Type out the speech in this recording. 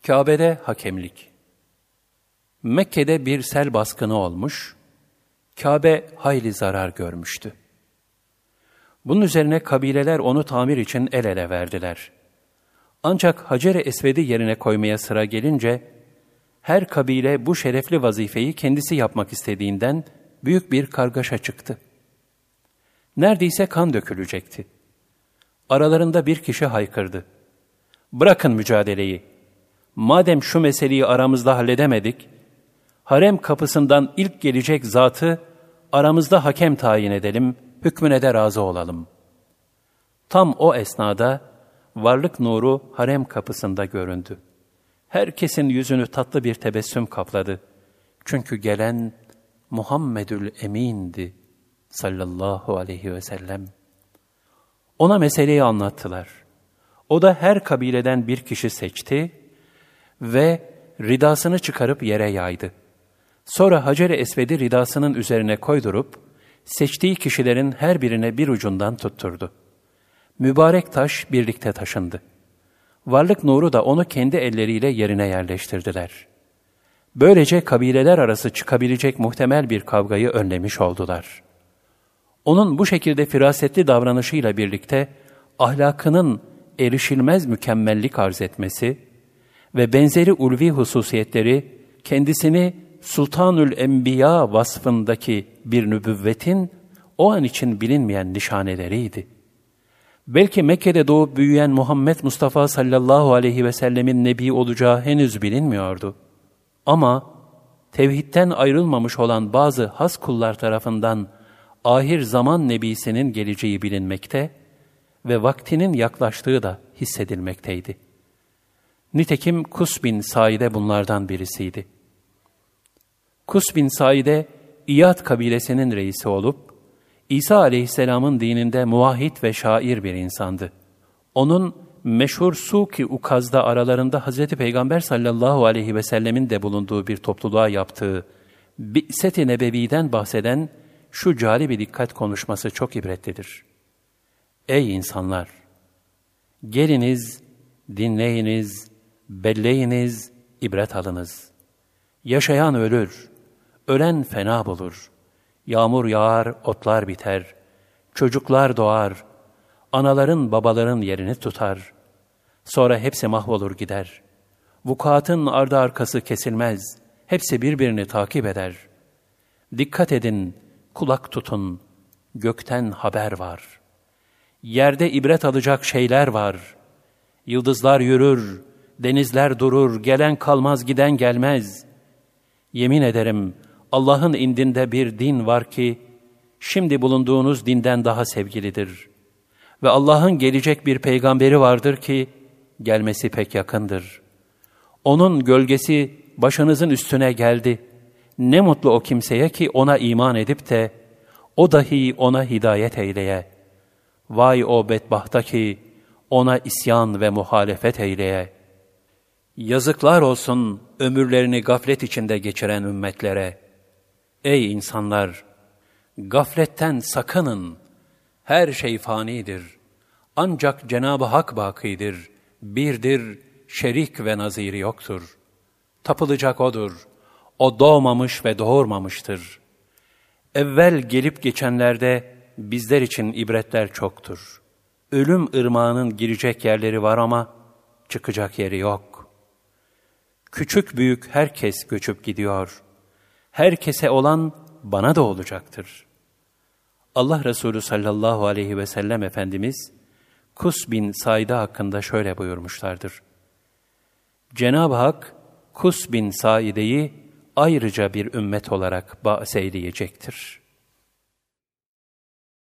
Kabe'de hakemlik. Mekke'de bir sel baskını olmuş, Kabe hayli zarar görmüştü. Bunun üzerine kabileler onu tamir için el ele verdiler. Ancak Hacer-i Esved'i yerine koymaya sıra gelince, her kabile bu şerefli vazifeyi kendisi yapmak istediğinden büyük bir kargaşa çıktı. Neredeyse kan dökülecekti. Aralarında bir kişi haykırdı. "Bırakın mücadeleyi. Madem şu meseleyi aramızda halledemedik, harem kapısından ilk gelecek zatı aramızda hakem tayin edelim, hükmüne de razı olalım." Tam o esnada varlık nuru harem kapısında göründü. Herkesin yüzünü tatlı bir tebessüm kapladı. Çünkü gelen Muhammedül Emin'di sallallahu aleyhi ve sellem. Ona meseleyi anlattılar. O da her kabileden bir kişi seçti ve ridasını çıkarıp yere yaydı. Sonra Hacer-i Esved'i ridasının üzerine koydurup, seçtiği kişilerin her birine bir ucundan tutturdu. Mübarek taş birlikte taşındı. Varlık nuru da onu kendi elleriyle yerine yerleştirdiler. Böylece kabileler arası çıkabilecek muhtemel bir kavgayı önlemiş oldular. Onun bu şekilde firasetli davranışıyla birlikte ahlakının erişilmez mükemmellik arz etmesi ve benzeri ulvi hususiyetleri kendisini Sultanül Enbiya vasfındaki bir nübüvvetin o an için bilinmeyen nişaneleriydi. Belki Mekke'de doğup büyüyen Muhammed Mustafa sallallahu aleyhi ve sellemin nebi olacağı henüz bilinmiyordu. Ama tevhidten ayrılmamış olan bazı has kullar tarafından ahir zaman nebisinin geleceği bilinmekte ve vaktinin yaklaştığı da hissedilmekteydi. Nitekim Kus bin Saide bunlardan birisiydi. Kus bin Saide, İyad kabilesinin reisi olup, İsa aleyhisselamın dininde muvahhid ve şair bir insandı. Onun meşhur Suki Ukaz'da aralarında Hazreti Peygamber sallallahu aleyhi ve sellemin de bulunduğu bir topluluğa yaptığı Bi'set-i Nebevi'den bahseden şu cali bir dikkat konuşması çok ibretlidir. Ey insanlar! Geliniz, dinleyiniz, belleyiniz, ibret alınız. Yaşayan ölür, ölen fena bulur. Yağmur yağar, otlar biter. Çocuklar doğar. Anaların, babaların yerini tutar. Sonra hepsi mahvolur gider. Vukuatın ardı arkası kesilmez. Hepsi birbirini takip eder. Dikkat edin, kulak tutun. Gökten haber var. Yerde ibret alacak şeyler var. Yıldızlar yürür, denizler durur, gelen kalmaz, giden gelmez. Yemin ederim, Allah'ın indinde bir din var ki, şimdi bulunduğunuz dinden daha sevgilidir. Ve Allah'ın gelecek bir peygamberi vardır ki, gelmesi pek yakındır. Onun gölgesi başınızın üstüne geldi. Ne mutlu o kimseye ki ona iman edip de, o dahi ona hidayet eyleye. Vay o bedbahta ki, ona isyan ve muhalefet eyleye. Yazıklar olsun ömürlerini gaflet içinde geçiren ümmetlere. Ey insanlar! Gafletten sakının. Her şey fanidir. Ancak Cenab-ı Hak bakidir. Birdir, şerik ve naziri yoktur. Tapılacak O'dur. O doğmamış ve doğurmamıştır. Evvel gelip geçenlerde bizler için ibretler çoktur. Ölüm ırmağının girecek yerleri var ama çıkacak yeri yok. Küçük büyük herkes göçüp gidiyor. Herkese olan bana da olacaktır. Allah Resulü sallallahu aleyhi ve sellem Efendimiz, Kus bin Saide hakkında şöyle buyurmuşlardır. Cenab-ı Hak, Kus bin Saide'yi ayrıca bir ümmet olarak ba'seyleyecektir.